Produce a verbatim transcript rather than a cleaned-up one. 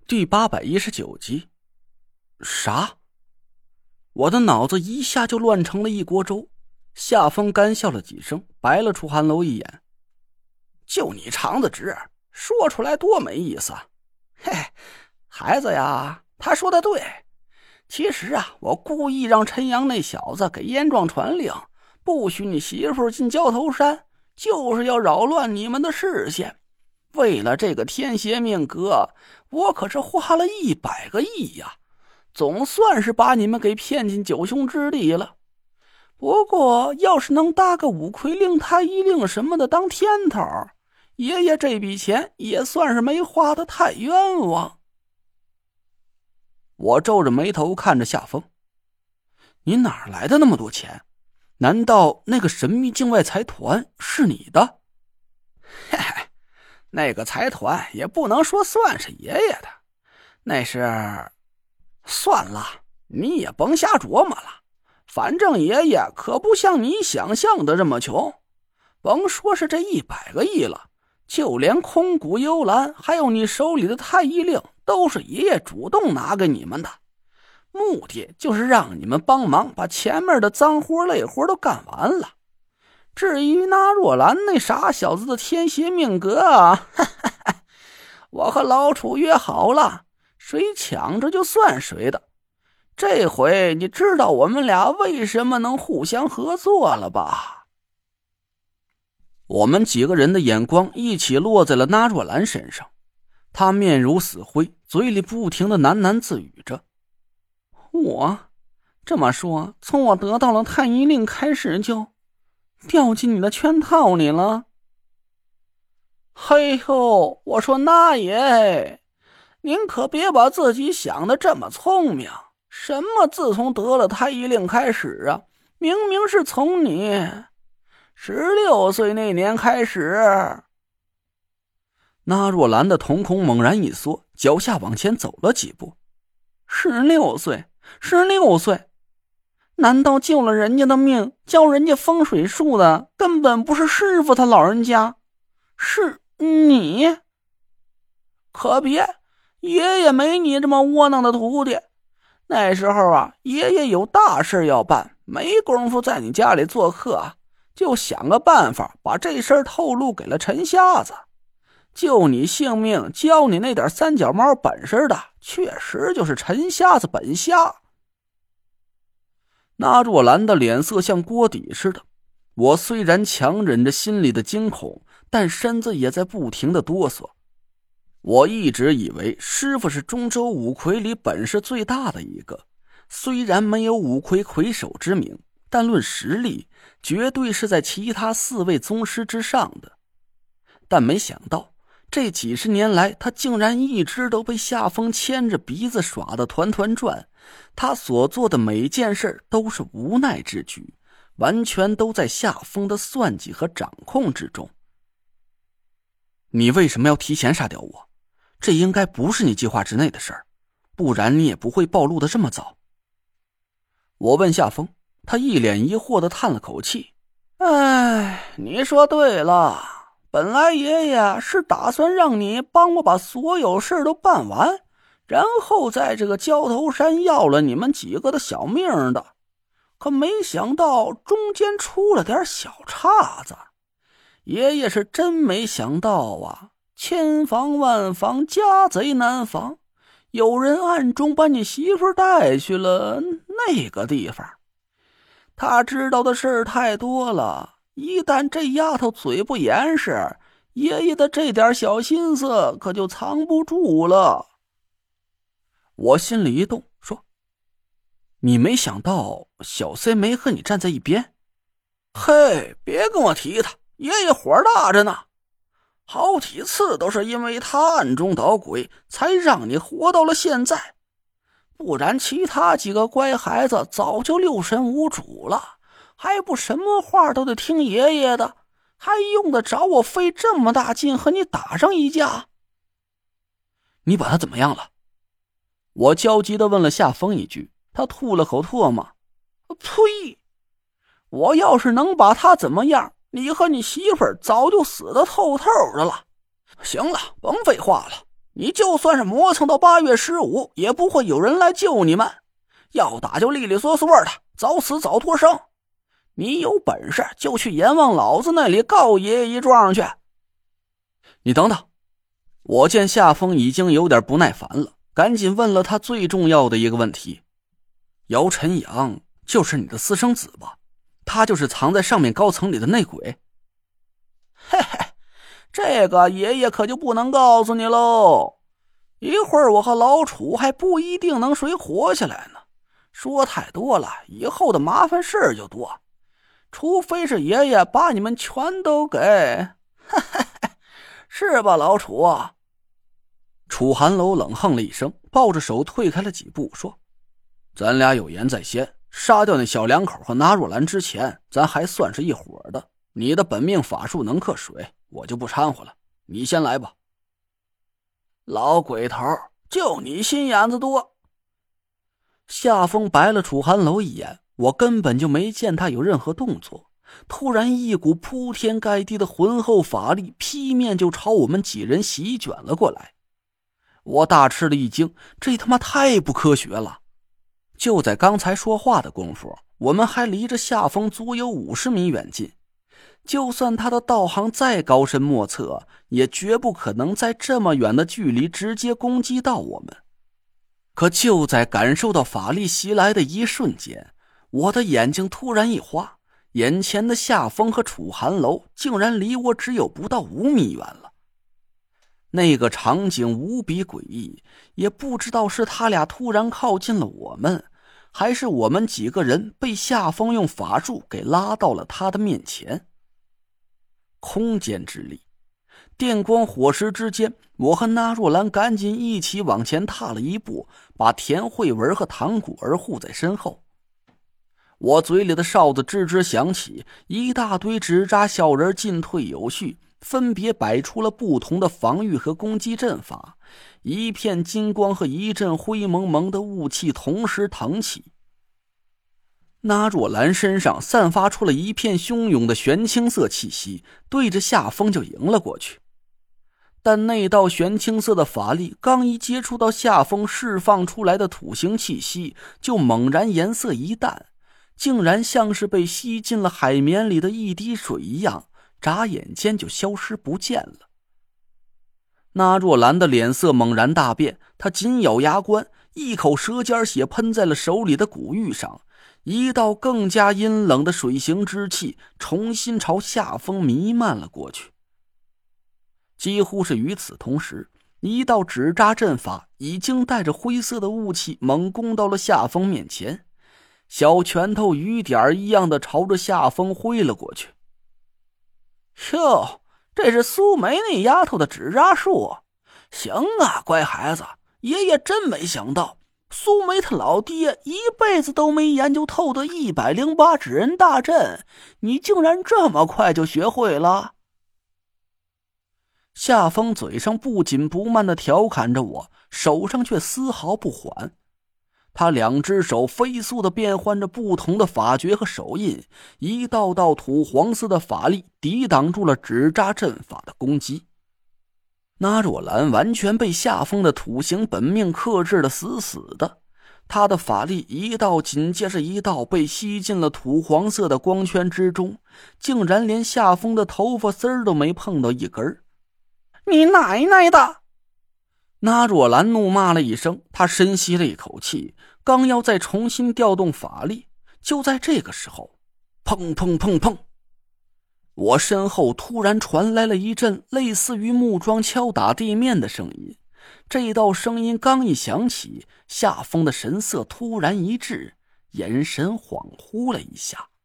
第八百一十九集。啥？我的脑子一下就乱成了一锅粥。夏风干笑了几声，白了楚寒楼一眼。就你肠子直，说出来多没意思。嘿，孩子呀，他说的对。其实啊，我故意让陈阳那小子给燕庄传令，不许你媳妇进焦头山，就是要扰乱你们的视线。为了这个天邪命格，我可是花了一百个亿呀，总算是把你们给骗进九凶之地了。不过要是能搭个五魁令、太医令什么的当天头，爷爷这笔钱也算是没花得太冤枉。我皱着眉头看着夏风，你哪来的那么多钱？难道那个神秘境外财团是你的？嘿嘿，那个财团也不能说算是爷爷的，那是……算了，你也甭瞎琢磨了。反正爷爷可不像你想象的这么穷，甭说是这一百个亿了，就连空谷幽兰还有你手里的太医令都是爷爷主动拿给你们的，目的就是让你们帮忙把前面的脏活累活都干完了。至于那若兰那傻小子的天邪命格啊，哈哈哈，我和老楚约好了，谁抢着就算谁的。这回你知道我们俩为什么能互相合作了吧？我们几个人的眼光一起落在了那若兰身上，她面如死灰，嘴里不停的喃喃自语着。我这么说，从我得到了太医令开始就掉进你的圈套里了。嘿呦，我说那爷，您可别把自己想的这么聪明。什么自从得了太医令开始啊，明明是从你十六岁那年开始。那若兰的瞳孔猛然一缩，脚下往前走了几步。十六岁十六岁难道救了人家的命，教人家风水术的根本不是师傅他老人家，是你？可别，爷爷没你这么窝囊的徒弟。那时候啊，爷爷有大事要办，没工夫在你家里做客，就想个办法把这事儿透露给了陈瞎子。救你性命，教你那点三脚猫本事的，确实就是陈瞎子本瞎。那若兰的脸色像锅底似的，我虽然强忍着心里的惊恐，但身子也在不停的哆嗦。我一直以为师傅是中州五魁里本事最大的一个，虽然没有五魁魁首之名，但论实力绝对是在其他四位宗师之上的。但没想到这几十年来，他竟然一直都被夏风牵着鼻子耍得团团转，他所做的每件事都是无奈之举，完全都在夏风的算计和掌控之中。你为什么要提前杀掉我？这应该不是你计划之内的事儿，不然你也不会暴露的这么早。我问夏风，他一脸疑惑的叹了口气。哎，你说对了，本来爷爷是打算让你帮我把所有事都办完，然后在这个焦头山要了你们几个的小命的，可没想到中间出了点小岔子。爷爷是真没想到啊，千防万防，家贼难防，有人暗中把你媳妇带去了那个地方。他知道的事儿太多了，一旦这丫头嘴不严实，爷爷的这点小心思可就藏不住了。我心里一动，说：你没想到小 C 没和你站在一边？嘿，别跟我提他，爷爷火大着呢。好几次都是因为他暗中捣鬼，才让你活到了现在。不然其他几个乖孩子早就六神无主了，还不什么话都得听爷爷的，还用得着我费这么大劲和你打上一架？你把他怎么样了？我焦急地问了夏风一句，他吐了口唾沫。呸！我要是能把他怎么样，你和你媳妇儿早就死得透透的了。行了，甭废话了， 你就算是磨蹭到八月十五，也不会有人来救你们。要打就利利索索的，早死早脱生。你有本事就去阎王老子那里告爷爷一状去。你等等，我见夏风已经有点不耐烦了，赶紧问了他最重要的一个问题。姚晨阳就是你的私生子吧？他就是藏在上面高层里的内鬼？嘿嘿，这个爷爷可就不能告诉你喽。一会儿我和老楚还不一定能谁活下来呢。说太多了，以后的麻烦事就多。除非是爷爷把你们全都给，嘿嘿嘿，是吧，老楚？楚寒楼冷哼了一声，抱着手退开了几步，说：“咱俩有言在先，杀掉那小两口和纳若兰之前，咱还算是一伙的。你的本命法术能克水，我就不掺和了。你先来吧。”老鬼头，就你心眼子多。夏风白了楚寒楼一眼，我根本就没见他有任何动作。突然一股铺天盖地的浑厚法力劈面就朝我们几人席卷了过来。我大吃了一惊，这他妈太不科学了。就在刚才说话的功夫，我们还离着夏风足有五十米远近。就算他的道行再高深莫测，也绝不可能在这么远的距离直接攻击到我们。可就在感受到法力袭来的一瞬间，我的眼睛突然一花，眼前的夏风和楚寒楼竟然离我只有不到五米远了。那个场景无比诡异，也不知道是他俩突然靠近了我们，还是我们几个人被夏风用法术给拉到了他的面前。空间之力，电光火石之间，我和纳若兰赶紧一起往前踏了一步，把田慧文和唐古儿护在身后。我嘴里的哨子吱吱响起，一大堆纸扎小人进退有序，分别摆出了不同的防御和攻击阵法，一片金光和一阵灰蒙蒙的雾气同时腾起。纳若兰身上散发出了一片汹涌的玄青色气息，对着夏风就迎了过去。但那道玄青色的法力刚一接触到夏风释放出来的土形气息，就猛然颜色一淡，竟然像是被吸进了海绵里的一滴水一样，眨眼间就消失不见了。纳若兰的脸色猛然大变，她紧咬牙关，一口舌尖血喷在了手里的古玉上，一道更加阴冷的水形之气重新朝夏风弥漫了过去。几乎是与此同时，一道纸扎阵法已经带着灰色的雾气猛攻到了夏风面前，小拳头雨点一样的朝着夏风挥了过去。哟，这是苏梅那丫头的纸扎术。行啊，乖孩子，爷爷真没想到苏梅他老爹一辈子都没研究透的一百零八纸人大阵，你竟然这么快就学会了。夏风嘴上不紧不慢地调侃着我，手上却丝毫不缓。他两只手飞速地变换着不同的法诀和手印，一道道土黄色的法力抵挡住了纸扎阵法的攻击。纳若兰完全被夏风的土形本命克制得死死的，他的法力一道紧接着一道被吸进了土黄色的光圈之中，竟然连夏风的头发丝儿都没碰到一根儿。你奶奶的！纳若兰怒骂了一声，她深吸了一口气，刚要再重新调动法力，就在这个时候，砰砰砰砰，我身后突然传来了一阵类似于木桩敲打地面的声音。这道声音刚一响起，夏风的神色突然一滞，眼神恍惚了一下。